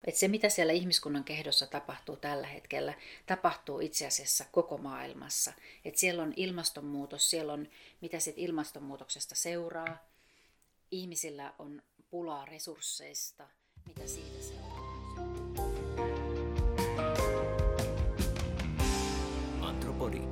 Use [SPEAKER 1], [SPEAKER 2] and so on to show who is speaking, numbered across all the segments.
[SPEAKER 1] Et se, mitä siellä ihmiskunnan kehdossa tapahtuu tällä hetkellä, tapahtuu itse asiassa koko maailmassa. Et siellä on ilmastonmuutos, siellä on mitä sitten ilmastonmuutoksesta seuraa. Ihmisillä on pulaa resursseista, mitä siitä seuraa.
[SPEAKER 2] Antropodi.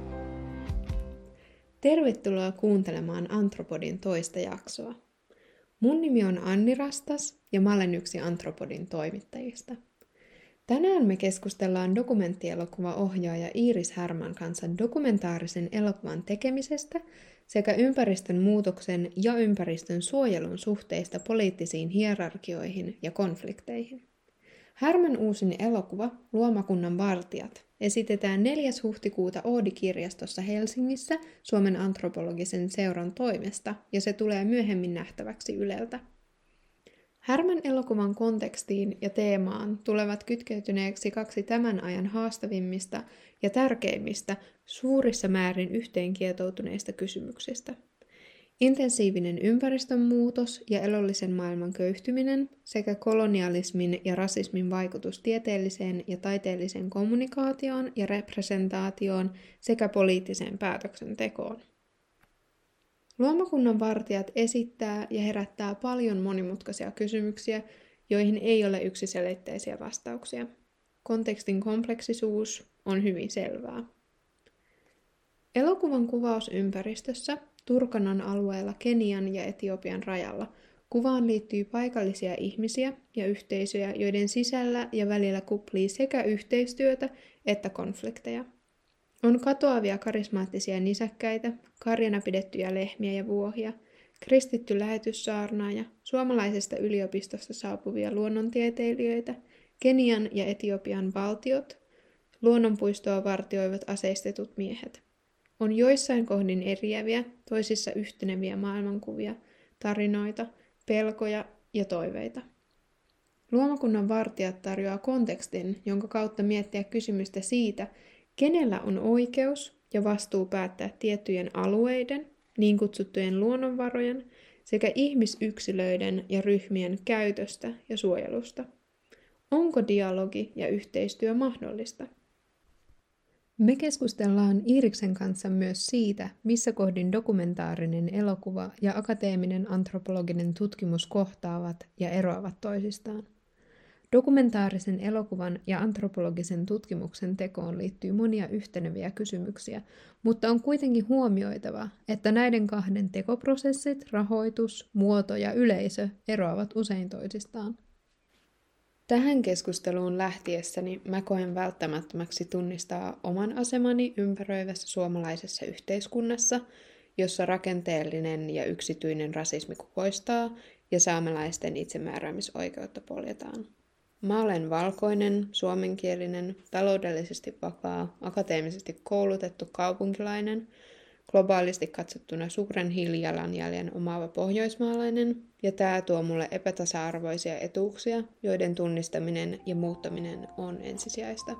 [SPEAKER 3] Tervetuloa kuuntelemaan Antropodin toista jaksoa. Mun nimi on Anni Rastas ja mä olen yksi Antropodin toimittajista. Tänään me keskustellaan dokumenttielokuvaohjaaja Iiris Härmän kanssa dokumentaarisen elokuvan tekemisestä sekä ympäristön muutoksen ja ympäristön suojelun suhteista poliittisiin hierarkioihin ja konflikteihin. Härmän uusin elokuva Luomakunnan vartijat esitetään 4. huhtikuuta Oodi-kirjastossa Helsingissä Suomen antropologisen seuran toimesta, ja se tulee myöhemmin nähtäväksi Yleltä. Härmän elokuvan kontekstiin ja teemaan tulevat kytkeytyneeksi 2 tämän ajan haastavimmista ja tärkeimmistä suurissa määrin yhteenkietoutuneista kysymyksistä. Intensiivinen ympäristönmuutos ja elollisen maailman köyhtyminen sekä kolonialismin ja rasismin vaikutus tieteelliseen ja taiteelliseen kommunikaatioon ja representaatioon sekä poliittiseen päätöksentekoon. Luomakunnan vartijat esittää ja herättää paljon monimutkaisia kysymyksiä, joihin ei ole yksiselitteisiä vastauksia. Kontekstin kompleksisuus on hyvin selvää. Elokuvan kuvausympäristössä Turkanan alueella Kenian ja Etiopian rajalla kuvaan liittyy paikallisia ihmisiä ja yhteisöjä, joiden sisällä ja välillä kuplii sekä yhteistyötä että konflikteja. On katoavia karismaattisia nisäkkäitä, karjana pidettyjä lehmiä ja vuohia, kristitty lähetyssaarnaaja, suomalaisesta yliopistosta saapuvia luonnontieteilijöitä, Kenian ja Etiopian valtiot, luonnonpuistoa vartioivat aseistetut miehet. On joissain kohdin eriäviä, toisissa yhteneviä maailmankuvia, tarinoita, pelkoja ja toiveita. Luomakunnan vartijat tarjoaa kontekstin, jonka kautta miettiä kysymystä siitä, kenellä on oikeus ja vastuu päättää tiettyjen alueiden, niin kutsuttujen luonnonvarojen, sekä ihmisyksilöiden ja ryhmien käytöstä ja suojelusta. Onko dialogi ja yhteistyö mahdollista? Me keskustellaan Iiriksen kanssa myös siitä, missä kohdin dokumentaarinen elokuva ja akateeminen antropologinen tutkimus kohtaavat ja eroavat toisistaan. Dokumentaarisen elokuvan ja antropologisen tutkimuksen tekoon liittyy monia yhteneviä kysymyksiä, mutta on kuitenkin huomioitava, että näiden 2 tekoprosessit, rahoitus, muoto ja yleisö eroavat usein toisistaan. Tähän keskusteluun lähtiessäni mä koen välttämättömäksi tunnistaa oman asemani ympäröivässä suomalaisessa yhteiskunnassa, jossa rakenteellinen ja yksityinen rasismi kukoistaa ja saamelaisten itsemääräämisoikeutta poljetaan. Mä olen valkoinen, suomenkielinen, taloudellisesti vakaa, akateemisesti koulutettu kaupunkilainen, globaalisti katsottuna suuren hiilijalanjäljen omaava pohjoismaalainen, ja tämä tuo mulle epätasa-arvoisia etuuksia, joiden tunnistaminen ja muuttaminen on ensisijaista.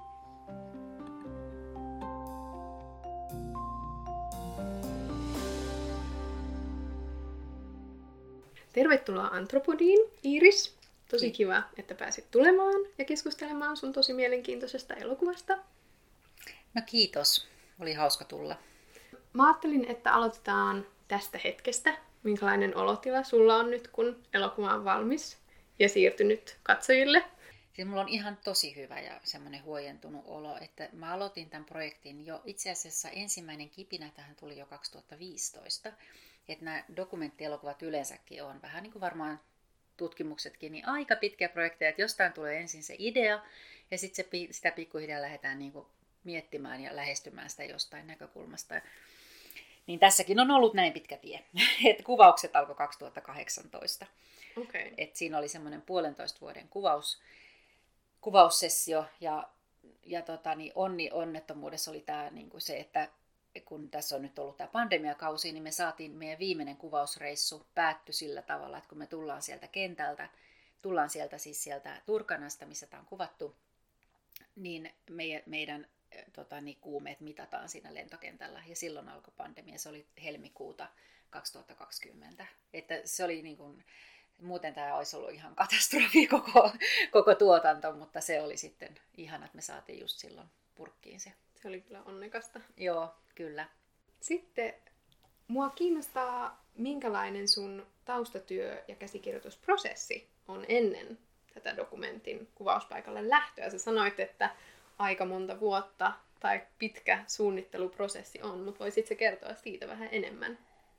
[SPEAKER 3] Tervetuloa Antropodiin, Iiris. Tosi kiva, että pääsit tulemaan ja keskustelemaan sun tosi mielenkiintoisesta elokuvasta.
[SPEAKER 1] No kiitos, oli hauska tulla.
[SPEAKER 3] Mä ajattelin, että aloitetaan tästä hetkestä. Minkälainen olotila sulla on nyt, kun elokuva on valmis ja siirtynyt katsojille?
[SPEAKER 1] Siis mulla on ihan tosi hyvä ja semmoinen huojentunut olo, että mä aloitin tämän projektin jo itse asiassa ensimmäinen kipinä tähän tuli jo 2015. Että nämä dokumenttielokuvat yleensäkin on vähän niin kuin varmaan tutkimuksetkin, niin aika pitkiä projekteja, että jostain tulee ensin se idea ja sitten sitä pikkuhiljaa lähdetään niin kuin miettimään ja lähestymään sitä jostain näkökulmasta. Niin tässäkin on ollut näin pitkä tie. Et kuvaukset alkoi 2018.
[SPEAKER 3] Okay.
[SPEAKER 1] Et siinä oli semmoinen 1,5 vuoden kuvaussessio ja onnettomuudessa oli tämä niinku se, että kun tässä on nyt ollut tämä pandemiakausi, niin me saatiin meidän viimeinen kuvausreissu päättyi sillä tavalla, että kun me tullaan sieltä kentältä, tullaan sieltä Turkanasta, missä tämä on kuvattu, niin meidän kuumeet mitataan siinä lentokentällä ja silloin alkoi pandemia. Se oli helmikuuta 2020. Että se oli niin kuin Muuten tämä olisi ollut ihan katastrofi koko tuotanto, mutta se oli sitten ihana, että me saatiin just silloin purkkiin se.
[SPEAKER 3] Se oli kyllä onnekasta.
[SPEAKER 1] Joo, kyllä.
[SPEAKER 3] Sitten mua kiinnostaa, minkälainen sun taustatyö ja käsikirjoitusprosessi on ennen tätä dokumentin kuvauspaikalle lähtöä. Sä sanoit, että aika monta vuotta tai pitkä suunnitteluprosessi on, mutta voisit sä kertoa siitä vähän enemmän?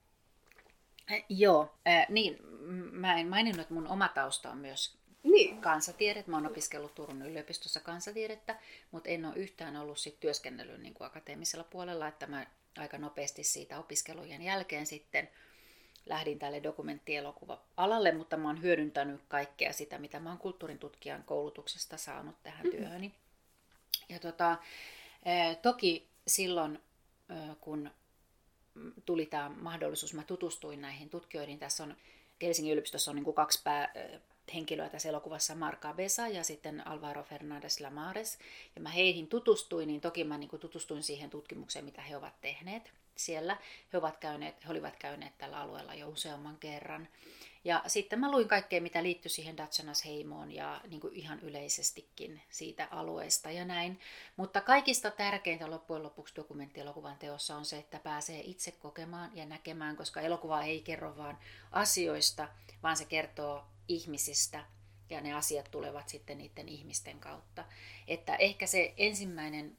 [SPEAKER 1] Joo, niin mä en maininnut, että mun oma tausta on myös kansatiede. Mä oon opiskellut Turun yliopistossa kansatiedettä, mutta en ole yhtään ollut sit työskennellyt niin kuin akateemisella puolella, että mä aika nopeasti siitä opiskelujen jälkeen sitten lähdin tälle dokumenttielokuva-alalle, mutta mä oon hyödyntänyt kaikkea sitä, mitä mä oon kulttuurin tutkijan koulutuksesta saanut tähän työhöni. Ja toki silloin, kun tuli tämä mahdollisuus, mä tutustuin näihin tutkijoihin. Tässä on Helsingin yliopistossa on niin kuin 2 päähenkilöä tässä elokuvassa, Marca Besa ja sitten Alvaro Fernández Lamares. Ja mä heihin tutustuin, niin toki mä niin kuin tutustuin siihen tutkimukseen, mitä he ovat tehneet siellä. He olivat käyneet tällä alueella jo useamman kerran. Ja sitten mä luin kaikkea, mitä liittyi siihen Datsanas-heimoon ja niin kuin ihan yleisestikin siitä alueesta ja näin. Mutta kaikista tärkeintä loppujen lopuksi dokumenttielokuvan teossa on se, että pääsee itse kokemaan ja näkemään, koska elokuva ei kerro vaan asioista, vaan se kertoo ihmisistä ja ne asiat tulevat sitten niiden ihmisten kautta. Että ehkä se ensimmäinen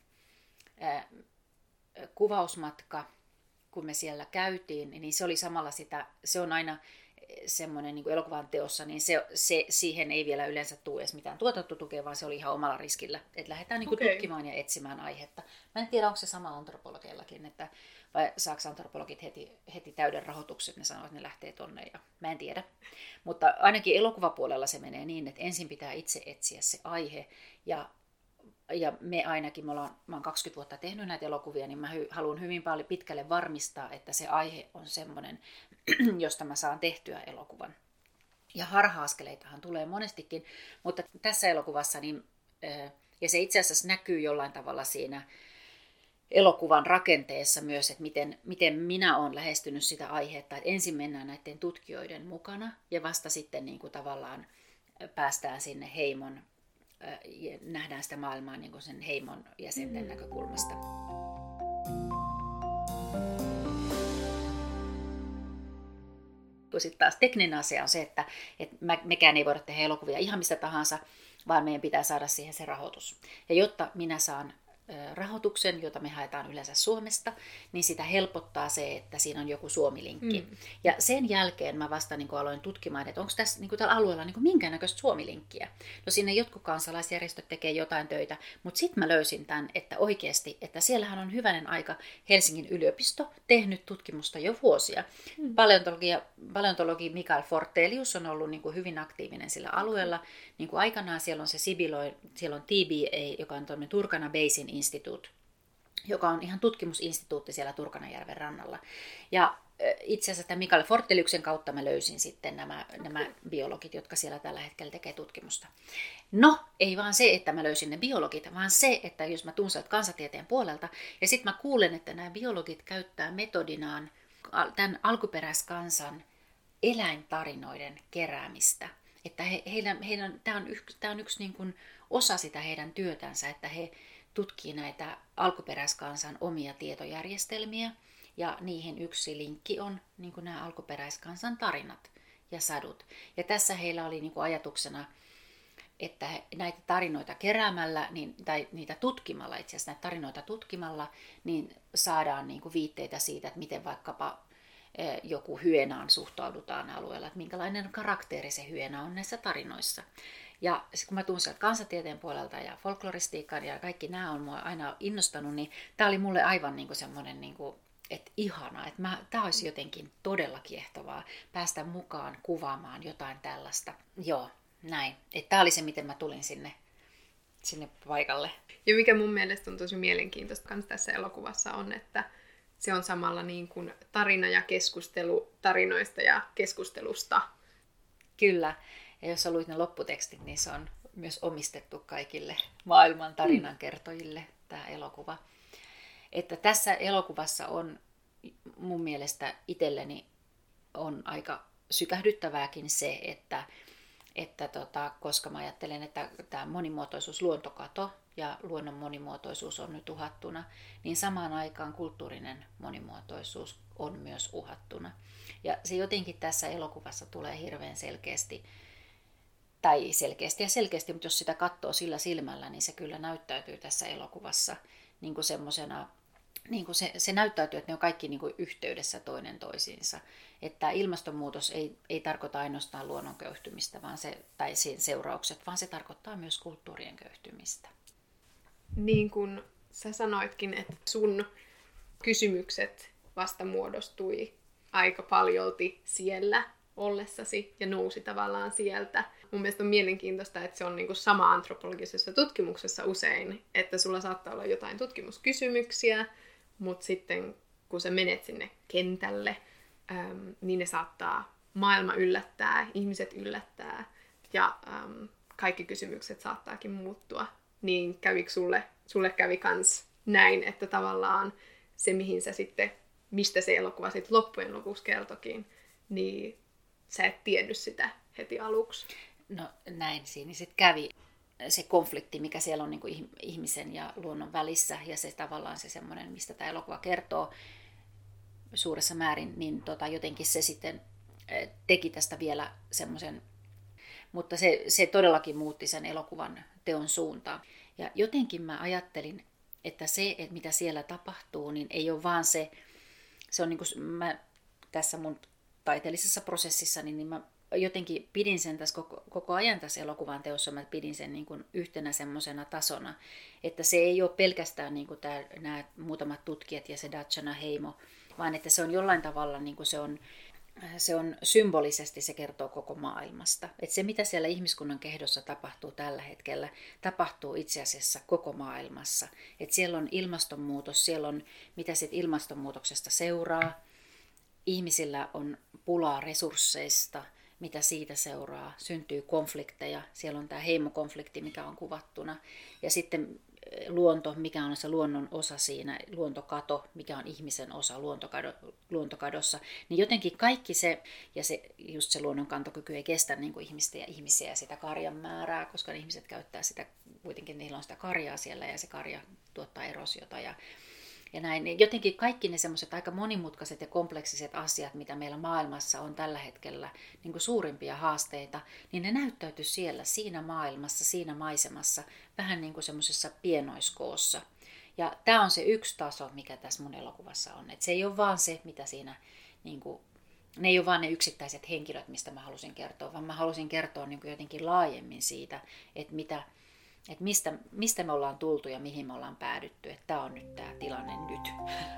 [SPEAKER 1] kuvausmatka, kun me siellä käytiin, niin se oli samalla se on aina semmoinen niin kuin elokuvan teossa, niin siihen ei vielä yleensä tule edes mitään tuotantotukea, vaan se oli ihan omalla riskillä, että lähdetään niin kuin tutkimaan ja etsimään aihetta. Mä en tiedä, onko se sama antropologiallakin, vai saako antropologit heti täyden rahoituksen, että ne sanoo, että ne lähtee tonne, ja mä en tiedä. Mutta ainakin elokuvapuolella se menee niin, että ensin pitää itse etsiä se aihe, ja me ainakin, mä oon 20 vuotta tehnyt näitä elokuvia, niin mä haluan hyvin paljon pitkälle varmistaa, että se aihe on semmoinen, josta mä saan tehtyä elokuvan. Ja harha-askeleitahan tulee monestikin, mutta tässä elokuvassa, niin, ja se itse asiassa näkyy jollain tavalla siinä elokuvan rakenteessa myös, että miten minä olen lähestynyt sitä aihetta, että ensin mennään näiden tutkijoiden mukana, ja vasta sitten niin kuin tavallaan päästään sinne heimon, ja nähdään sitä maailmaa niin kuin sen heimon jäsenten näkökulmasta. Sitten taas tekninen asia on se, että mekään ei voida tehdä elokuvia ihan mistä tahansa, vaan meidän pitää saada siihen se rahoitus. Ja jotta minä saan rahoituksen, jota me haetaan yleensä Suomesta, niin sitä helpottaa se, että siinä on joku Suomi-linkki. Ja sen jälkeen mä vasta niin aloin tutkimaan, että onko tässä niin tällä alueella niin minkäännäköistä Suomi-linkkiä. No sinne jotkut kansalaisjärjestöt tekee jotain töitä, mutta sitten mä löysin tämän, että oikeasti, että siellähän on hyvänen aika Helsingin yliopisto tehnyt tutkimusta jo vuosia. Paleontologi Mikael Fortelius on ollut niin kuin hyvin aktiivinen sillä alueella. Niin kuin aikanaan siellä on se siellä on TBA, joka on tuollainen Turkana Basin Institute, joka on ihan tutkimusinstituutti siellä Turkanajärven rannalla. Ja itse asiassa tämän Mikael Forteliuksen kautta mä löysin sitten nämä biologit, jotka siellä tällä hetkellä tekee tutkimusta. No, ei vaan se, että mä löysin ne biologit, vaan se, että jos mä tuun sieltä kansatieteen puolelta, ja sitten mä kuulen, että nämä biologit käyttää metodinaan tämän alkuperäiskansan eläintarinoiden keräämistä. Että tämä on yksi niin kuin osa sitä heidän työtänsä, että he tutkii näitä alkuperäiskansan omia tietojärjestelmiä, ja niihin yksi linkki on niin kuin nämä alkuperäiskansan tarinat ja sadut. Ja tässä heillä oli niin kuin ajatuksena, että näitä tarinoita keräämällä, tai niitä tutkimalla, itse asiassa näitä tarinoita tutkimalla, niin saadaan niin kuin viitteitä siitä, että miten vaikkapa joku hyeenaan suhtaudutaan alueella, että minkälainen karakteri se hyena on näissä tarinoissa. Ja kun mä tuun sieltä kansatieteen puolelta ja folkloristiikan ja kaikki nämä on mua aina innostanut, niin tämä oli mulle aivan niin kuin semmoinen, niin kuin, että ihanaa, että tämä olisi jotenkin todella kiehtovaa päästä mukaan kuvaamaan jotain tällaista. Joo, näin. Että tämä oli se, miten mä tulin sinne paikalle.
[SPEAKER 3] Ja mikä mun mielestä on tosi mielenkiintoista myös tässä elokuvassa on, että se on samalla niin kuin tarina ja keskustelu tarinoista ja keskustelusta.
[SPEAKER 1] Kyllä. Ja jos sä luit ne lopputekstit, niin se on myös omistettu kaikille maailman tarinankertojille tämä elokuva. Että tässä elokuvassa on mun mielestä itselleni on aika sykähdyttävääkin se, että koska mä ajattelen, että tämä monimuotoisuus, luontokato ja luonnon monimuotoisuus on nyt uhattuna, niin samaan aikaan kulttuurinen monimuotoisuus on myös uhattuna. Ja se jotenkin tässä elokuvassa tulee hirveän selkeästi, tai selkeästi, mutta jos sitä katsoo sillä silmällä, niin se kyllä näyttäytyy tässä elokuvassa niin kuin semmosena, niin kuin se näyttäytyy, että ne on kaikki niin kuin yhteydessä toinen toisiinsa. Että ilmastonmuutos ei tarkoita ainoastaan luonnon köyhtymistä tai sen seuraukset, vaan se tarkoittaa myös kulttuurien köyhtymistä.
[SPEAKER 3] Niin kuin sä sanoitkin, että sun kysymykset vasta muodostui aika paljolti siellä ollessasi ja nousi tavallaan sieltä. Mun mielestä on mielenkiintoista, että se on niinku sama antropologisessa tutkimuksessa usein, että sulla saattaa olla jotain tutkimuskysymyksiä, mutta sitten kun sä menet sinne kentälle, niin ne saattaa maailma yllättää, ihmiset yllättää ja kaikki kysymykset saattaakin muuttua. Niin kävikö sulle kävi kans näin, että tavallaan se, mihin sä sitten, mistä se elokuva sitten loppujen lopuksi kertokin, niin sä et tiennyt sitä heti aluksi.
[SPEAKER 1] No näin siinä sitten kävi. Se konflikti, mikä siellä on niin kuin ihmisen ja luonnon välissä, ja se tavallaan se semmoinen, mistä tämä elokuva kertoo suuressa määrin, niin jotenkin se sitten teki tästä vielä semmoisen, mutta se todellakin muutti sen elokuvan teon suuntaan. Ja jotenkin mä ajattelin, että se, että mitä siellä tapahtuu, niin ei ole vaan se on niin kuin mä tässä mun taiteellisessa prosessissa, niin mä jotenkin pidin sen tässä koko ajan tässä elokuvan teossa, mä pidin sen niin kuin yhtenä semmoisena tasona, että se ei ole pelkästään niin kuin nämä muutamat tutkijat ja se Datjana heimo, vaan että se on jollain tavalla niin kuin se on symbolisesti, se kertoo koko maailmasta. Että se, mitä siellä ihmiskunnan kehdossa tapahtuu tällä hetkellä, tapahtuu itse asiassa koko maailmassa. Että siellä on ilmastonmuutos, siellä on mitä sitten ilmastonmuutoksesta seuraa. Ihmisillä on pulaa resursseista, mitä siitä seuraa. Syntyy konflikteja, siellä on tämä heimokonflikti, mikä on kuvattuna. Ja sitten luonto, mikä on se luonnon osa siinä, luontokato, mikä on ihmisen osa luontokadossa, niin jotenkin kaikki se, ja just se luonnonkantokyky ei kestä niin kuin ihmisiä ja sitä karjan määrää, koska ne ihmiset käyttää sitä, kuitenkin niillä on sitä karjaa siellä, ja se karja tuottaa erosiota, ja näin. Niin jotenkin kaikki ne semmoiset aika monimutkaiset ja kompleksiset asiat, mitä meillä maailmassa on tällä hetkellä niin kuin suurimpia haasteita, niin ne näyttäytyy siellä, siinä maailmassa, siinä maisemassa, vähän niin kuin semmoisessa pienoiskoossa. Ja tämä on se yksi taso, mikä tässä mun elokuvassa on. Et se ei ole vaan se, mitä siinä, niin kuin, ne ei ole vaan ne yksittäiset henkilöt, mistä mä halusin kertoa, vaan mä halusin kertoa niin kuin jotenkin laajemmin siitä, että mistä me ollaan tultu ja mihin me ollaan päädytty. Että tämä on nyt tämä tilanne nyt.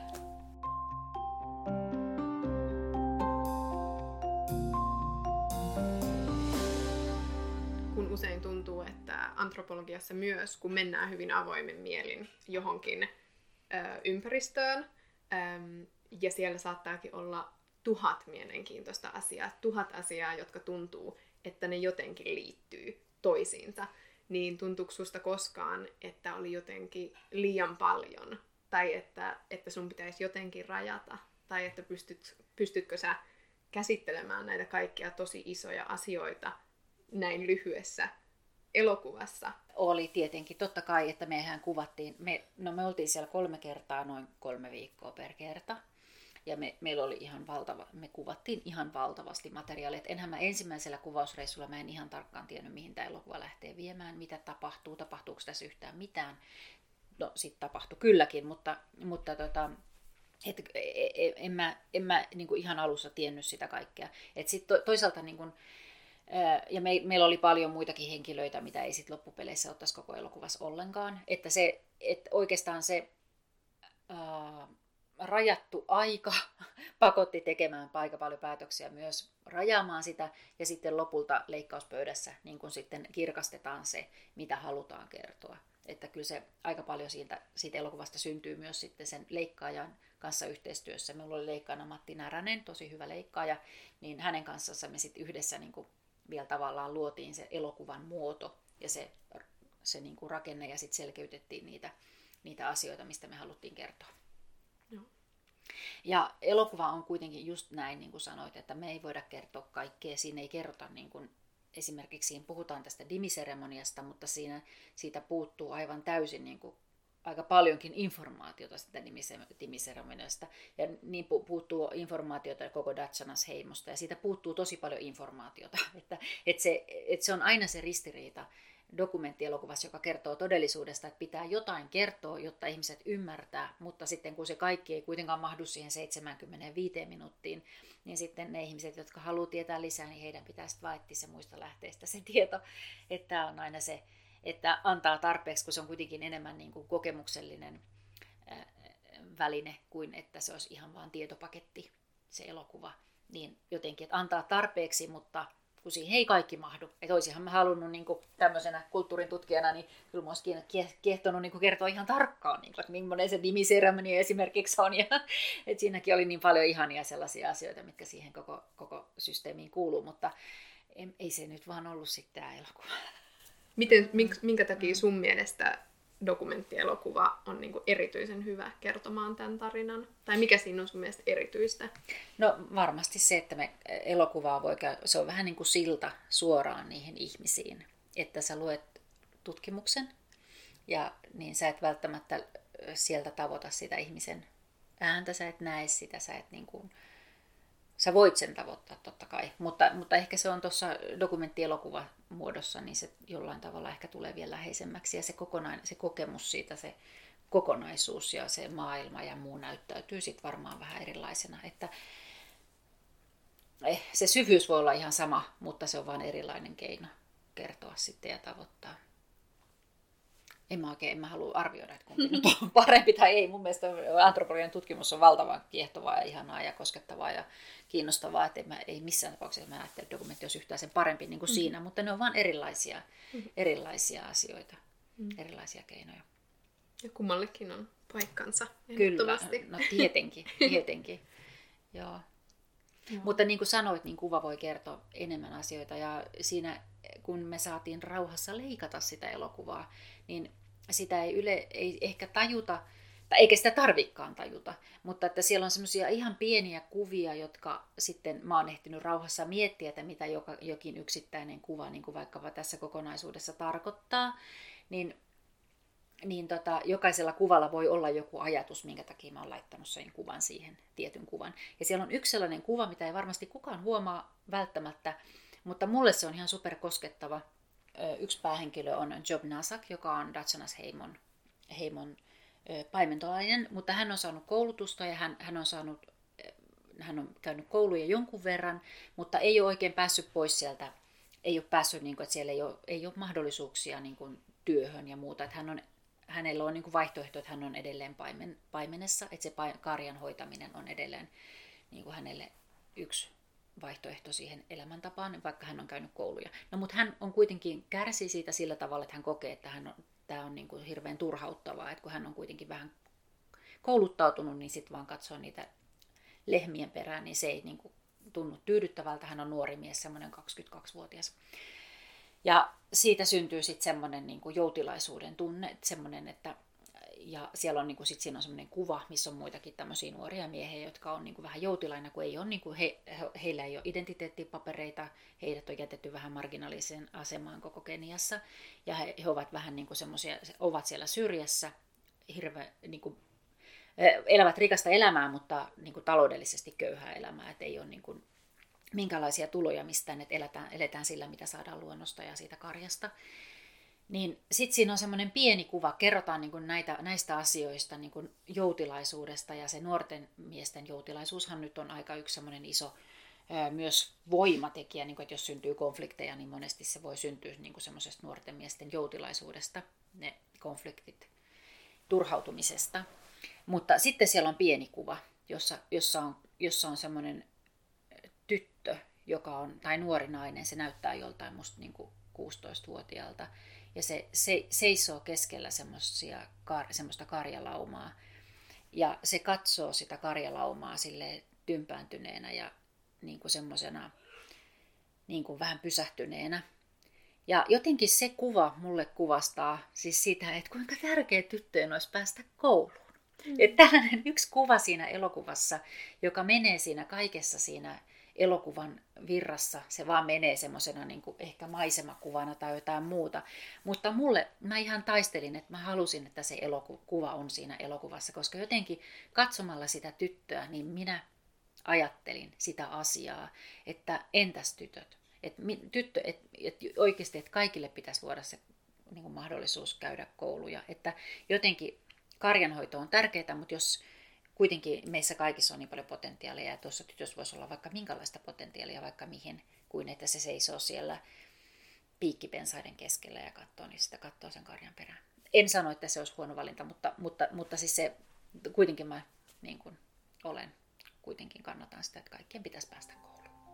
[SPEAKER 3] Kun usein tuntuu, että antropologiassa myös, kun mennään hyvin avoimen mielin johonkin ympäristöön, ja siellä saattaakin olla 1000 mielenkiintoista asiaa, 1000 asiaa, jotka tuntuu, että ne jotenkin liittyy toisiinsa, niin tuntuuko susta koskaan, että oli jotenkin liian paljon, tai että sun pitäisi jotenkin rajata, tai että pystytkö sä käsittelemään näitä kaikkia tosi isoja asioita näin lyhyessä elokuvassa?
[SPEAKER 1] Oli tietenkin, totta kai, että mehän kuvattiin, me oltiin siellä 3 kertaa, noin 3 viikkoa per kerta. Ja meillä oli ihan me kuvattiin ihan valtavasti materiaalia. Enhän mä ensimmäisellä kuvausreissulla mä en ihan tarkkaan tiennyt, mihin tämä elokuva lähtee viemään, mitä tapahtuu, tapahtuuko tässä yhtään mitään. No sit tapahtui kylläkin, mutta en mä niin kuin ihan alussa tiennyt sitä kaikkea. Et sit toisaalta niin kuin, ja meillä oli paljon muitakin henkilöitä, mitä ei sit loppupeleissä ottaisi koko elokuvassa ollenkaan. Että oikeastaan se rajattu aika pakotti tekemään aika paljon päätöksiä myös rajaamaan sitä, ja sitten lopulta leikkauspöydässä niin kun sitten kirkastetaan se, mitä halutaan kertoa. Että kyllä se aika paljon siitä elokuvasta syntyy myös sitten sen leikkaajan kanssa yhteistyössä. Meillä oli leikkaajana Matti Näränen, tosi hyvä leikkaaja, niin hänen kanssaan me sitten yhdessä niin kuin vielä tavallaan luotiin se elokuvan muoto ja se niin kuin rakenne, ja sitten selkeytettiin niitä asioita, mistä me haluttiin kertoa.
[SPEAKER 3] No.
[SPEAKER 1] Ja elokuva on kuitenkin just näin, niin kuin sanoit, että me ei voida kertoa kaikkea. Siinä ei kerrota, niin kuin, esimerkiksi siinä puhutaan tästä dimiseremoniasta, mutta siitä puuttuu aivan täysin niin kuin, aika paljonkin informaatiota sitä dimiseremoniasta. Ja niin puuttuu informaatiota koko Datsanas-heimosta, ja siitä puuttuu tosi paljon informaatiota. Että se on aina se ristiriita dokumenttielokuvassa, joka kertoo todellisuudesta, että pitää jotain kertoa, jotta ihmiset ymmärtää, mutta sitten kun se kaikki ei kuitenkaan mahdu siihen 75 minuuttiin, niin sitten ne ihmiset, jotka haluaa tietää lisää, niin heidän pitäisi vaihtaa se muista lähteistä se tieto, että on aina se, että antaa tarpeeksi, kun se on kuitenkin enemmän niin kuin kokemuksellinen väline kuin että se olisi ihan vaan tietopaketti, se elokuva, niin jotenkin, että antaa tarpeeksi, mutta kun siihen ei kaikki mahdu. Että olisinhan mä halunnut niin kuin tämmöisenä kulttuurin tutkijana, niin kyllä mä olisin kiehtonut niin kuin kertoa ihan tarkkaan, niin kuin, että millainen se dimiseremonia esimerkiksi on. Ja, että siinäkin oli niin paljon ihania sellaisia asioita, mitkä siihen koko systeemiin kuuluu, mutta ei se nyt vaan ollut sitten tämä elokuva.
[SPEAKER 3] Minkä takia sun mielestä dokumenttielokuva on niin kuin erityisen hyvä kertomaan tämän tarinan? Tai mikä siinä on sun mielestä erityistä?
[SPEAKER 1] No varmasti se, että elokuvaa se on vähän niin kuin silta suoraan niihin ihmisiin. Että sä luet tutkimuksen ja niin sä et välttämättä sieltä tavoita sitä ihmisen ääntä, sä et näe sitä, sä voit sen tavoittaa totta kai, mutta ehkä se on tuossa dokumenttielokuva muodossa, niin se jollain tavalla ehkä tulee vielä läheisemmäksi ja se kokemus siitä, se kokonaisuus ja se maailma ja muu näyttäytyy sitten varmaan vähän erilaisena, että se syvyys voi olla ihan sama, mutta se on vain erilainen keino kertoa sitten ja tavoittaa. En mä halua arvioida, että kumpi nyt on parempi tai ei. Mun mielestä antropologian tutkimus on valtavan kiehtovaa ja ihanaa ja koskettavaa ja kiinnostavaa. Että ei missään tapauksessa mä ajattele, että dokumentti olisi yhtään sen parempi niin kuin siinä, mutta ne on vain erilaisia asioita, erilaisia keinoja.
[SPEAKER 3] Ja kummallekin on paikkansa.
[SPEAKER 1] Kyllä, no tietenkin. Joo. Mutta niin kuin sanoit, niin kuva voi kertoa enemmän asioita ja siinä kun me saatiin rauhassa leikata sitä elokuvaa, niin sitä ei ehkä tajuta, tai eikä sitä tarvikaan tajuta, mutta että siellä on semmoisia ihan pieniä kuvia, jotka sitten mä oon ehtinyt rauhassa miettiä, että mitä jokin yksittäinen kuva, niin kuin vaikkapa tässä kokonaisuudessa tarkoittaa, niin jokaisella kuvalla voi olla joku ajatus, minkä takia mä oon laittanut sen kuvan siihen, tietyn kuvan. Ja siellä on yksi sellainen kuva, mitä ei varmasti kukaan huomaa välttämättä, mutta mulle se on ihan superkoskettava. Yksi päähenkilö on Job Nasak, joka on Datsanas-heimon paimentolainen, mutta hän on saanut koulutusta ja hän on käynyt kouluja jonkun verran, mutta ei ole oikein päässyt pois sieltä. Ei ole päässyt, niin kuin, että siellä ei ole mahdollisuuksia niin kuin, työhön ja muuta. Että hänellä on niin kuin vaihtoehto, että hän on edelleen paimenessa, että se karjan hoitaminen on edelleen niin kuin hänelle yksi vaihtoehto siihen elämäntapaan, vaikka hän on käynyt kouluja. No, mutta hän on kuitenkin kärsii siitä sillä tavalla, että hän kokee, että tämä on niin kuin hirveän turhauttavaa, että kun hän on kuitenkin vähän kouluttautunut, niin sitten vaan katsoo niitä lehmien perään, niin se ei niin kuin tunnu tyydyttävältä. Hän on nuori mies, semmoinen 22-vuotias. Ja siitä syntyy sitten semmoinen niin kuin joutilaisuuden tunne, semmoinen, että ja siellä on niin kuin, sit siinä on semmoinen kuva, missä on muitakin tämmöisiä nuoria miehiä, jotka on niin kuin vähän joutilaina, kun ei ole, niin kuin heillä ei ole identiteettipapereita, heidät on jätetty vähän marginaaliseen asemaan koko Keniassa, ja he ovat vähän niin kuin semmoisia, ovat siellä syrjässä, niin kuin, elävät rikasta elämää, mutta niin kuin taloudellisesti köyhää elämää, että ei ole niin kuin minkälaisia tuloja mistään, että eletään sillä, mitä saadaan luonnosta ja siitä karjasta. Niin sitten siinä on semmoinen pieni kuva, kerrotaan niin kuin näistä asioista, niin kuin joutilaisuudesta, ja se nuorten miesten joutilaisuushan nyt on aika yksi semmoinen iso myös voimatekijä, niin kuin, että jos syntyy konflikteja, niin monesti se voi syntyä niin kuin semmoisesta nuorten miesten joutilaisuudesta, ne konfliktit turhautumisesta. Mutta sitten siellä on pieni kuva, jossa on semmoinen tyttö, joka on, tai nuori nainen, se näyttää joltain musta niin kuin 16-vuotiaalta, ja se seisoo keskellä semmoista karjalaumaa. Ja se katsoo sitä karjalaumaa silleen tympääntyneenä ja niin kuin semmoisena niin kuin vähän pysähtyneenä. Ja jotenkin se kuva mulle kuvastaa siis sitä, että kuinka tärkeä tyttöjen olisi päästä kouluun. Että tällainen yksi kuva siinä elokuvassa, joka menee siinä kaikessa siinä elokuvan virrassa, se vaan menee semmoisena niin kuin ehkä maisemakuvana tai jotain muuta. Mutta mä ihan taistelin, että mä halusin, että se kuva on siinä elokuvassa, koska jotenkin katsomalla sitä tyttöä, niin minä ajattelin sitä asiaa, että entäs tytöt? Että oikeasti, että kaikille pitäisi luoda se niin kuin mahdollisuus käydä kouluja. Että jotenkin karjanhoito on tärkeää, mutta jos kuitenkin meissä kaikissa on niin paljon potentiaalia, ja tuossa tytössä voisi olla vaikka minkälaista potentiaalia vaikka mihin, kuin että se seisoo siellä piikkipensaiden keskellä ja katsoo, niin sitä katsoo sen karjan perään. En sano, että se olisi huono valinta, mutta siis se kuitenkin mä niin kuin kuitenkin kannatan sitä, että kaikkien pitäisi päästä kouluun.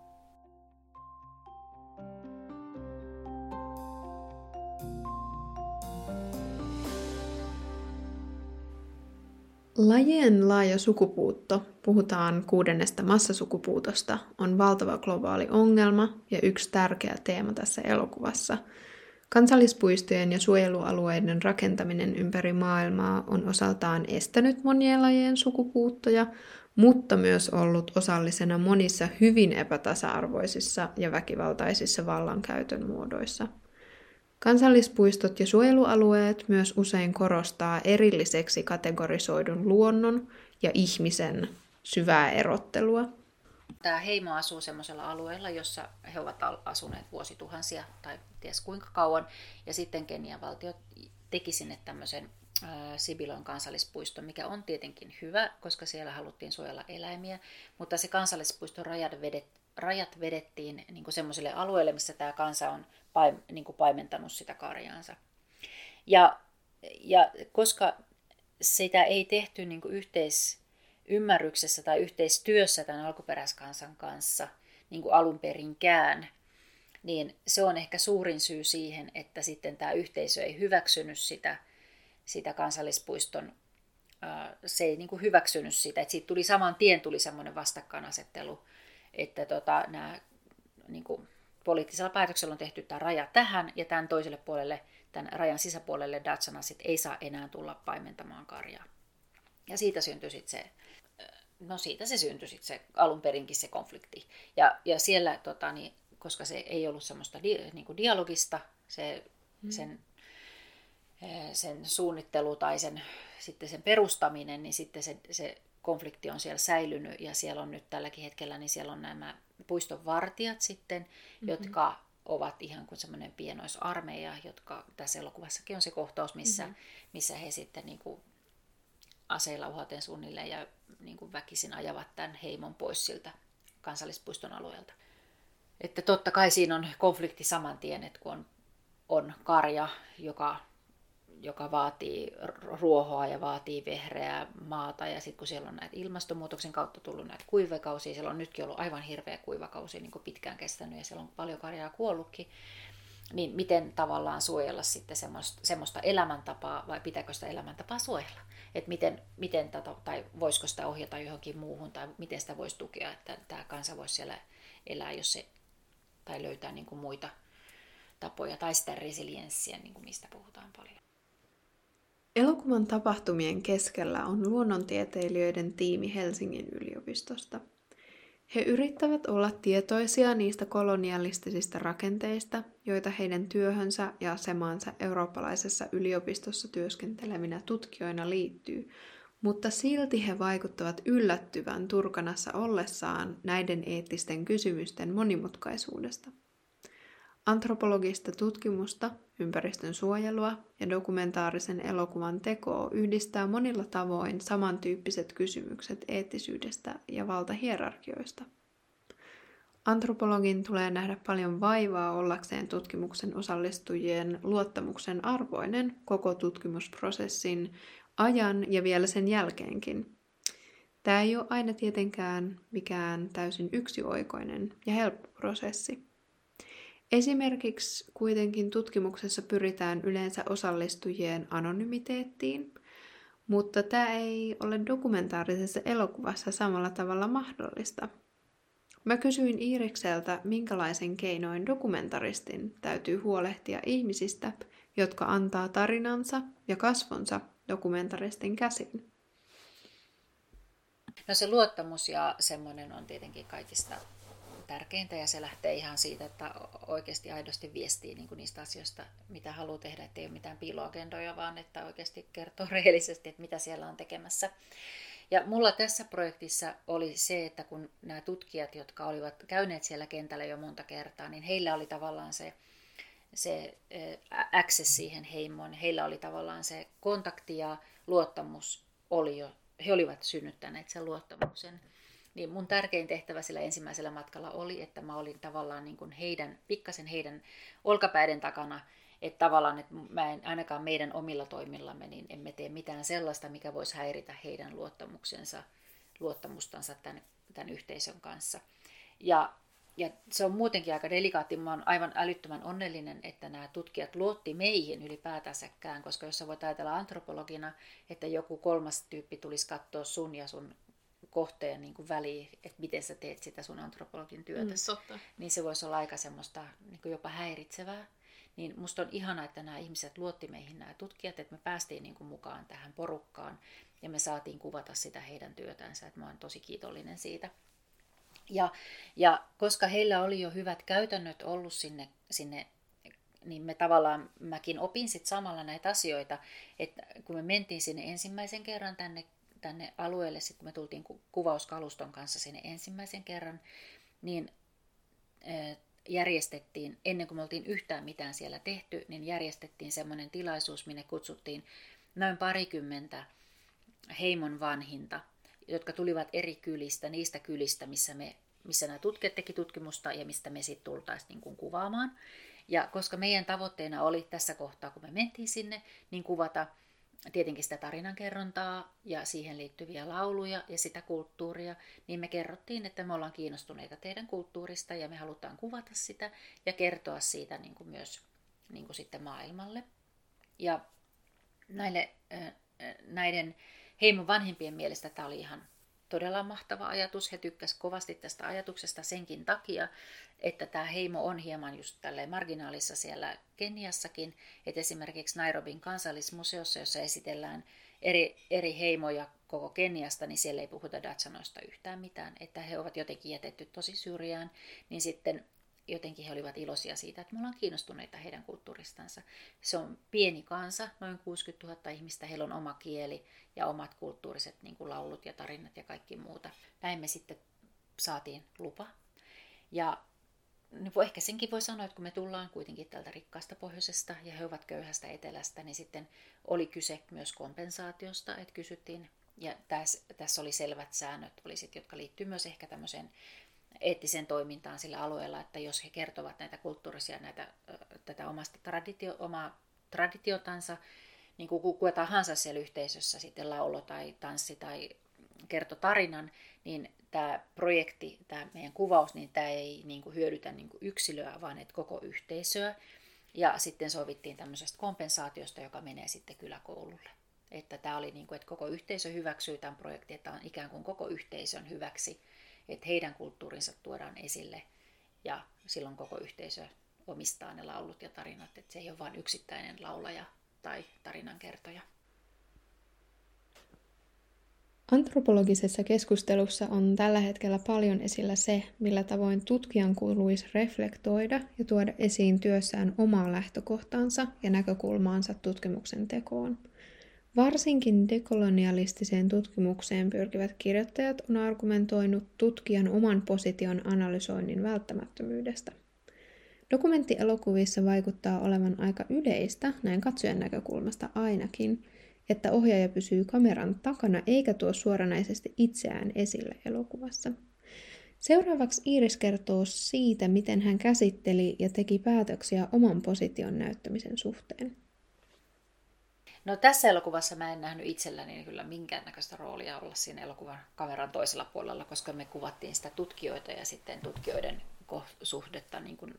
[SPEAKER 3] Lajien laaja sukupuutto, puhutaan 6. massasukupuutosta, on valtava globaali ongelma ja yksi tärkeä teema tässä elokuvassa. Kansallispuistojen ja suojelualueiden rakentaminen ympäri maailmaa on osaltaan estänyt monien lajien sukupuuttoja, mutta myös ollut osallisena monissa hyvin epätasa-arvoisissa ja väkivaltaisissa vallankäytön muodoissa. Kansallispuistot ja suojelualueet myös usein korostaa erilliseksi kategorisoidun luonnon ja ihmisen syvää erottelua.
[SPEAKER 1] Tämä heimo asuu sellaisella alueella, jossa he ovat asuneet vuosituhansia tai ties kuinka kauan. Ja sitten Kenian valtio teki sinne tämmöisen Sibilon kansallispuiston, mikä on tietenkin hyvä, koska siellä haluttiin suojella eläimiä. Mutta se kansallispuiston rajat vedettiin niin kuin semmoiselle alueelle, missä tämä kansa on niin kuin paimentanut sitä karjaansa. Ja koska sitä ei tehty niin kuin yhteisymmärryksessä tai yhteistyössä tämän alkuperäiskansan kanssa niin kuin alun perinkään, niin se on ehkä suurin syy siihen, että sitten tämä yhteisö ei hyväksynyt sitä kansallispuiston, se ei niin kuin hyväksynyt sitä, että siitä tuli saman tien semmoinen vastakkainasettelu, että nämä niin kuin poliittisella päätöksellä on tehty tämä raja tähän, ja tämän toiselle puolelle, tämän rajan sisäpuolelle Datsanasit ei saa enää tulla paimentamaan karjaa. Ja siitä syntyi sitten se alun perinkin se konflikti. Ja siellä, koska se ei ollut semmoista niin kuin dialogista, sen suunnittelu tai sitten sen perustaminen, niin sitten se konflikti on siellä säilynyt, ja siellä on nyt tälläkin hetkellä, niin siellä on nämä puiston vartijat sitten, jotka ovat ihan kuin semmoinen pienoisarmeija, jotka tässä elokuvassakin on se kohtaus, missä he sitten niin kuin aseilla uhaten suunnilleen ja niin kuin väkisin ajavat tämän heimon pois siltä kansallispuiston alueelta. Että totta kai siinä on konflikti saman tien, että kun on karja, joka vaatii ruohoa ja vaatii vehreää maata, ja sitten kun siellä on näitä ilmastonmuutoksen kautta tullut näitä kuivakausia, siellä on nytkin ollut aivan hirveä kuivakausi, niin kuin pitkään kestänyt, ja siellä on paljon karjaa kuollutkin, niin miten tavallaan suojella sitten semmoista elämäntapaa, vai pitääkö sitä elämäntapaa suojella? Että miten tai voisiko sitä ohjata johonkin muuhun, tai miten sitä voisi tukea, että tämä kansa voisi siellä elää, tai löytää niin kuin muita tapoja, tai sitä resilienssiä, niin kuin mistä puhutaan paljon.
[SPEAKER 3] Elokuvan tapahtumien keskellä on luonnontieteilijöiden tiimi Helsingin yliopistosta. He yrittävät olla tietoisia niistä kolonialistisista rakenteista, joita heidän työhönsä ja asemaansa eurooppalaisessa yliopistossa työskentelevinä tutkijoina liittyy, mutta silti he vaikuttavat yllättyvän Turkanassa ollessaan näiden eettisten kysymysten monimutkaisuudesta. Antropologista tutkimusta, ympäristön suojelua ja dokumentaarisen elokuvan tekoa yhdistää monilla tavoin samantyyppiset kysymykset eettisyydestä ja valtahierarkioista. Antropologin tulee nähdä paljon vaivaa ollakseen tutkimuksen osallistujien luottamuksen arvoinen koko tutkimusprosessin ajan ja vielä sen jälkeenkin. Tämä ei ole aina tietenkään mikään täysin yksioikoinen ja helppo prosessi. Esimerkiksi kuitenkin tutkimuksessa pyritään yleensä osallistujien anonymiteettiin, mutta tämä ei ole dokumentaarisessa elokuvassa samalla tavalla mahdollista. Mä kysyin Iirikseltä, minkälaisen keinoin dokumentaristin täytyy huolehtia ihmisistä, jotka antaa tarinansa ja kasvonsa dokumentaristin käsiin.
[SPEAKER 1] No se luottamus ja semmoinen on tietenkin kaikista tärkeintä ja se lähtee ihan siitä, että oikeasti aidosti viestii niin kuin niistä asioista, mitä haluaa tehdä, ettei ole mitään piiloagendoja, vaan että oikeasti kertoo rehellisesti, että mitä siellä on tekemässä. Ja mulla tässä projektissa oli se, että kun nämä tutkijat, jotka olivat käyneet siellä kentällä jo monta kertaa, niin heillä oli tavallaan se access siihen heimoon. Heillä oli tavallaan se kontakti ja luottamus oli jo, he olivat synnyttäneet sen luottamuksen. Niin mun tärkein tehtävä sillä ensimmäisellä matkalla oli, että mä olin tavallaan niin kuin pikkasen heidän olkapäiden takana, että tavallaan, että mä en ainakaan meidän omilla toimillamme, niin emme tee mitään sellaista, mikä voisi häiritä heidän luottamustansa tämän yhteisön kanssa. Ja se on muutenkin aika delikaatti. Mä oon aivan älyttömän onnellinen, että nämä tutkijat luotti meihin ylipäätänsäkään, koska jos sä voit ajatella antropologina, että joku kolmas tyyppi tulisi katsoa sun ja sun kohteen niin kuin väliin, että miten sä teet sitä sun antropologin työtä, niin se voisi olla aika semmoista niin kuin jopa häiritsevää. Niin musta on ihanaa, että nämä ihmiset luotti meihin, nämä tutkijat, että me päästiin niin kuin mukaan tähän porukkaan ja me saatiin kuvata sitä heidän työtänsä, että mä oon tosi kiitollinen siitä. Ja koska heillä oli jo hyvät käytännöt ollut sinne niin mäkin opin sitten samalla näitä asioita, että kun me mentiin sinne ensimmäisen kerran tänne alueelle, sitten kun me tultiin kuvauskaluston kanssa sinne ensimmäisen kerran, niin järjestettiin, ennen kuin me oltiin yhtään mitään siellä tehty, niin järjestettiin semmoinen tilaisuus, minne kutsuttiin noin 20 heimon vanhinta, jotka tulivat eri kylistä, niistä kylistä, missä nämä tutkijat teki tutkimusta ja mistä me sitten tultaisiin niin kuin kuvaamaan. Ja koska meidän tavoitteena oli tässä kohtaa, kun me mentiin sinne, niin kuvata tietenkin sitä tarinankerrontaa ja siihen liittyviä lauluja ja sitä kulttuuria, niin me kerrottiin, että me ollaan kiinnostuneita teidän kulttuurista ja me halutaan kuvata sitä ja kertoa siitä niin kuin myös niin kuin sitten maailmalle. Ja näiden heimon vanhempien mielestä tämä oli ihan todella mahtava ajatus. He tykkäsivät kovasti tästä ajatuksesta senkin takia, että tämä heimo on hieman just tälleen marginaalissa siellä Keniassakin, että esimerkiksi Nairobin kansallismuseossa, jossa esitellään eri heimoja koko Keniasta, niin siellä ei puhuta Dachanoista yhtään mitään, että he ovat jotenkin jätetty tosi syrjään, niin sitten jotenkin he olivat iloisia siitä, että me ollaan kiinnostuneita heidän kulttuuristansa. Se on pieni kansa, noin 60 000 ihmistä, heillä on oma kieli ja omat kulttuuriset niin kuin laulut ja tarinat ja kaikki muuta. Näin me sitten saatiin lupa. Ja ehkä senkin voi sanoa, että kun me tullaan kuitenkin tältä rikkaasta pohjoisesta ja he ovat köyhästä etelästä, niin sitten oli kyse myös kompensaatiosta, että kysyttiin. Ja tässä oli selvät säännöt, jotka liittyy myös ehkä tämmöiseen eettiseen toimintaan sillä alueella, että jos he kertovat näitä kulttuurisia, tätä omaa traditiotansa, niin kuin kuka tahansa siellä yhteisössä sitten laulo tai tanssi tai kertoi tarinan, niin tämä projekti, tämä meidän kuvaus, niin tämä ei niin kuin hyödytä niin kuin yksilöä, vaan että koko yhteisöä. Ja sitten sovittiin tämmöisestä kompensaatiosta, joka menee sitten kyläkoululle. Että tämä oli niin kuin, että koko yhteisö hyväksyy tämän projektin, että on ikään kuin koko yhteisön hyväksi, että heidän kulttuurinsa tuodaan esille ja silloin koko yhteisö omistaa ne laulut ja tarinat, että se ei ole vain yksittäinen laulaja tai tarinankertoja.
[SPEAKER 3] Antropologisessa keskustelussa on tällä hetkellä paljon esillä se, millä tavoin tutkijan kuuluisi reflektoida ja tuoda esiin työssään omaa lähtökohtaansa ja näkökulmaansa tutkimuksen tekoon. Varsinkin dekolonialistiseen tutkimukseen pyrkivät kirjoittajat on argumentoinut tutkijan oman position analysoinnin välttämättömyydestä. Dokumenttielokuvissa vaikuttaa olevan aika yleistä, näin katsojan näkökulmasta ainakin, että ohjaaja pysyy kameran takana eikä tuo suoranaisesti itseään esille elokuvassa. Seuraavaksi Iiris kertoo siitä, miten hän käsitteli ja teki päätöksiä oman position näyttämisen suhteen.
[SPEAKER 1] No tässä elokuvassa mä en nähnyt itselläni kyllä minkäännäköistä roolia olla siinä elokuvan kameran toisella puolella, koska me kuvattiin sitä tutkijoita ja sitten tutkijoiden suhdetta niin kuin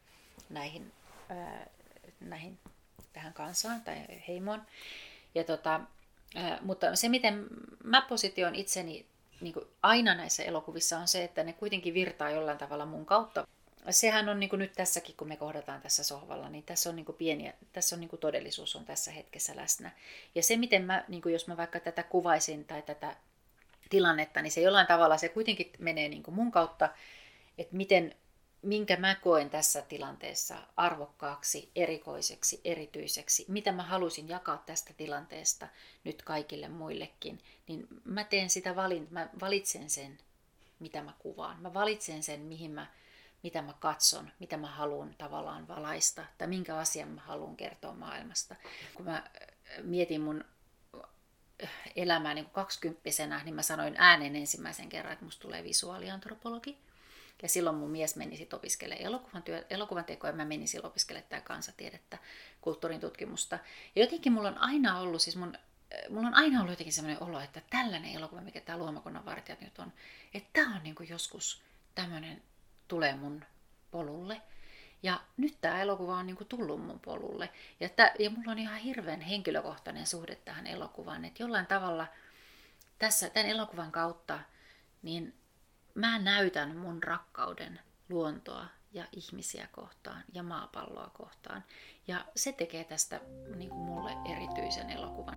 [SPEAKER 1] tähän kansaan tai heimoon. Ja mutta se, miten mä positioon itseni niin kuin aina näissä elokuvissa on se, että ne kuitenkin virtaa jollain tavalla mun kautta. Sehän on niin kuin nyt tässäkin, kun me kohdataan tässä sohvalla, niin tässä on niin kuin tässä on niin kuin todellisuus on tässä hetkessä läsnä. Ja se, miten mä, niin kuin jos mä vaikka tätä kuvaisin tai tätä tilannetta, niin se jollain tavalla se kuitenkin menee niin kuin mun kautta, että minkä mä koen tässä tilanteessa arvokkaaksi, erikoiseksi, erityiseksi, mitä mä halusin jakaa tästä tilanteesta nyt kaikille muillekin, niin mä teen sitä mä valitsen sen, mitä mä kuvaan. Mä valitsen sen, mitä mä katson, mitä mä haluan tavallaan valaista, tai minkä asian mä haluan kertoa maailmasta. Kun mä mietin mun elämää niin 20-vuotiaana, niin mä sanoin ääneen ensimmäisen kerran, että musta tulee visuaaliantropologi. Ja silloin mun mies meni sitten opiskelemaan elokuvan tekoa, ja mä menin silloin opiskelemaan tää kansatiedettä, kulttuurin tutkimusta. Ja jotenkin mulla on aina ollut, jotenkin sellainen olo, että tällainen elokuva, mikä tää Luomakunnan vartijat nyt on, että tää on niinku joskus tämmöinen tulee mun polulle. Ja nyt tämä elokuva on niinku tullut mun polulle. Ja mulla on ihan hirveän henkilökohtainen suhde tähän elokuvaan. Että jollain tavalla tämän elokuvan kautta niin mä näytän mun rakkauden luontoa ja ihmisiä kohtaan ja maapalloa kohtaan. Ja se tekee tästä niinku mulle erityisen elokuvan.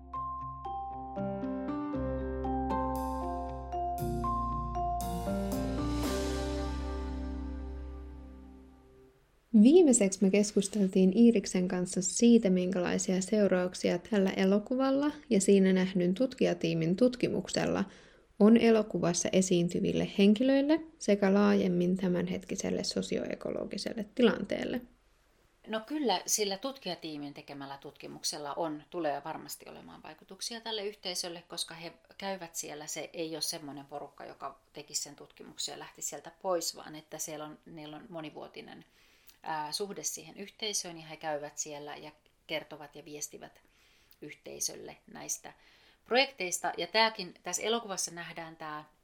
[SPEAKER 3] Viimeiseksi me keskusteltiin Iiriksen kanssa siitä, minkälaisia seurauksia tällä elokuvalla ja siinä nähdyn tutkijatiimin tutkimuksella on elokuvassa esiintyville henkilöille sekä laajemmin tämänhetkiselle sosioekologiselle tilanteelle.
[SPEAKER 1] No kyllä sillä tutkijatiimin tekemällä tutkimuksella tulee varmasti olemaan vaikutuksia tälle yhteisölle, koska he käyvät siellä. Se ei ole semmoinen porukka, joka tekisi sen tutkimuksen ja lähti sieltä pois, vaan että niillä on monivuotinen suhde siihen yhteisöön ja he käyvät siellä ja kertovat ja viestivät yhteisölle näistä projekteista. Ja tässä elokuvassa nähdään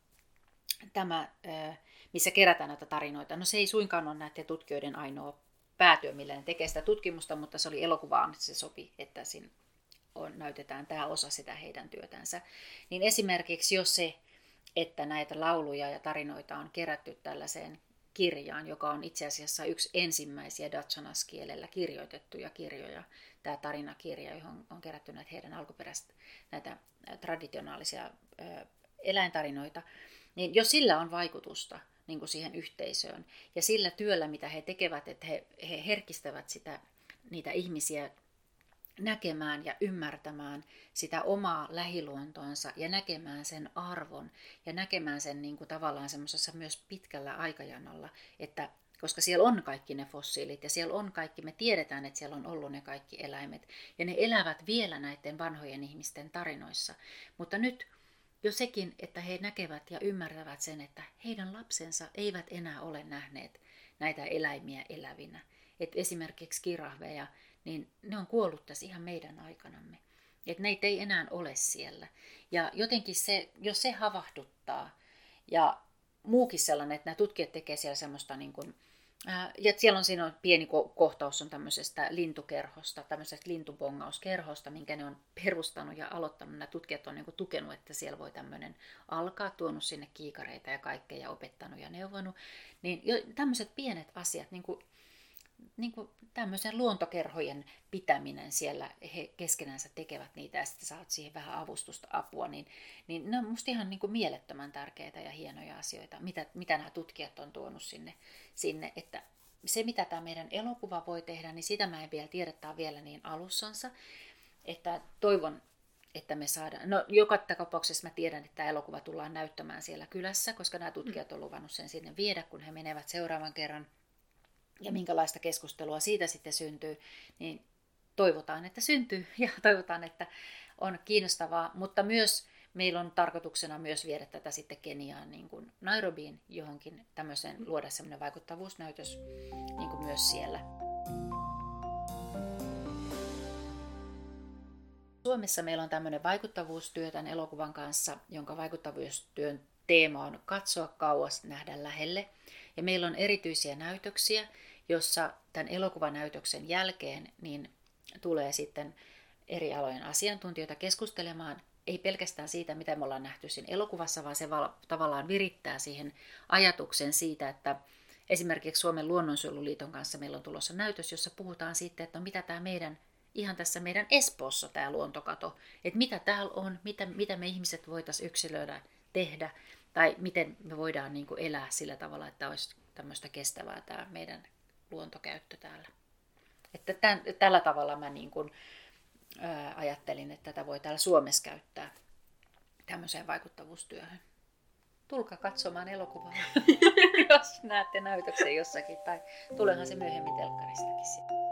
[SPEAKER 1] tämä, missä kerätään näitä tarinoita. No se ei suinkaan ole näiden tutkijoiden ainoa päätyö, millä ne tekee sitä tutkimusta, mutta se oli elokuvaan, se sopi, että siinä näytetään tämä osa sitä heidän työtänsä. Niin esimerkiksi jos se, että näitä lauluja ja tarinoita on kerätty tällaiseen kirjaan, joka on itse asiassa yksi ensimmäisiä datsanas-kielellä kirjoitettuja kirjoja, tämä tarinakirja, johon on kerätty näitä heidän alkuperäistä näitä traditionaalisia eläintarinoita, niin jos sillä on vaikutusta niin kuin siihen yhteisöön ja sillä työllä, mitä he tekevät, että he herkistävät niitä ihmisiä näkemään ja ymmärtämään sitä omaa lähiluontoansa ja näkemään sen arvon ja näkemään sen niin kuin tavallaan semmoisessa myös pitkällä aikajanalla, että koska siellä on kaikki ne fossiilit ja siellä on kaikki, me tiedetään, että siellä on ollut ne kaikki eläimet ja ne elävät vielä näiden vanhojen ihmisten tarinoissa, mutta nyt jo sekin, että he näkevät ja ymmärtävät sen, että heidän lapsensa eivät enää ole nähneet näitä eläimiä elävinä, että esimerkiksi kirahveja, niin ne on kuollut tässä ihan meidän aikanamme. Että neitä ei enää ole siellä. Ja jotenkin jos se havahduttaa ja muukin sellainen, että nämä tutkijat tekee siellä semmoista niin kuin, ja siinä on pieni kohtaus on tämmöisestä lintukerhosta, tämmöisestä lintubongauskerhosta, minkä ne on perustanut ja aloittanut. Nämä tutkijat on niin kuin tukenut, että siellä voi tämmöinen alkaa, tuonut sinne kiikareita ja kaikkea ja opettanut ja neuvonut. Niin tämmöiset pienet asiat, niin kuin tämmöisen luontokerhojen pitäminen siellä, he keskenänsä tekevät niitä ja sitten saat siihen vähän avustusta, apua, niin ne on musta ihan niin kuin mielettömän tärkeitä ja hienoja asioita, mitä nämä tutkijat on tuonut sinne, että se mitä tämä meidän elokuva voi tehdä, niin sitä mä en vielä tiedä, tämä on vielä niin alussansa, että toivon, että me saadaan, no joka tapauksessa mä tiedän, että tämä elokuva tullaan näyttämään siellä kylässä, koska nämä tutkijat on luvannut sen sinne viedä, kun he menevät seuraavan kerran. Ja minkälaista keskustelua siitä sitten syntyy, niin toivotaan, että syntyy ja toivotaan, että on kiinnostavaa. Mutta myös meillä on tarkoituksena myös viedä tätä sitten Keniaan, niin kuin Nairobiin johonkin tämmöisen, luoda semmoinen vaikuttavuusnäytös niin kuin myös siellä. Suomessa meillä on tämmöinen vaikuttavuustyö tämän elokuvan kanssa, jonka vaikuttavuustyön teema on katsoa kauas, nähdä lähelle. Ja meillä on erityisiä näytöksiä, jossa tämän elokuvanäytöksen jälkeen niin tulee sitten eri alojen asiantuntijoita keskustelemaan, ei pelkästään siitä, mitä me ollaan nähty siinä elokuvassa, vaan se tavallaan virittää siihen ajatuksen siitä, että esimerkiksi Suomen luonnonsuojeluliiton kanssa meillä on tulossa näytös, jossa puhutaan siitä, että mitä tämä ihan tässä meidän Espoossa tämä luontokato, että mitä täällä on, mitä me ihmiset voitaisiin yksilöidä tehdä, tai miten me voidaan niin kuin elää sillä tavalla, että olisi tämmöistä kestävää tämä meidän luontokäyttö täällä. Että tällä tavalla mä niin kuin, ajattelin, että tätä voi täällä Suomessa käyttää tämmöiseen vaikuttavuustyöhön. Tulkaa katsomaan elokuvaa, jos näette näytöksen jossakin, tai tuleehan se myöhemmin telkkaristakin sitten.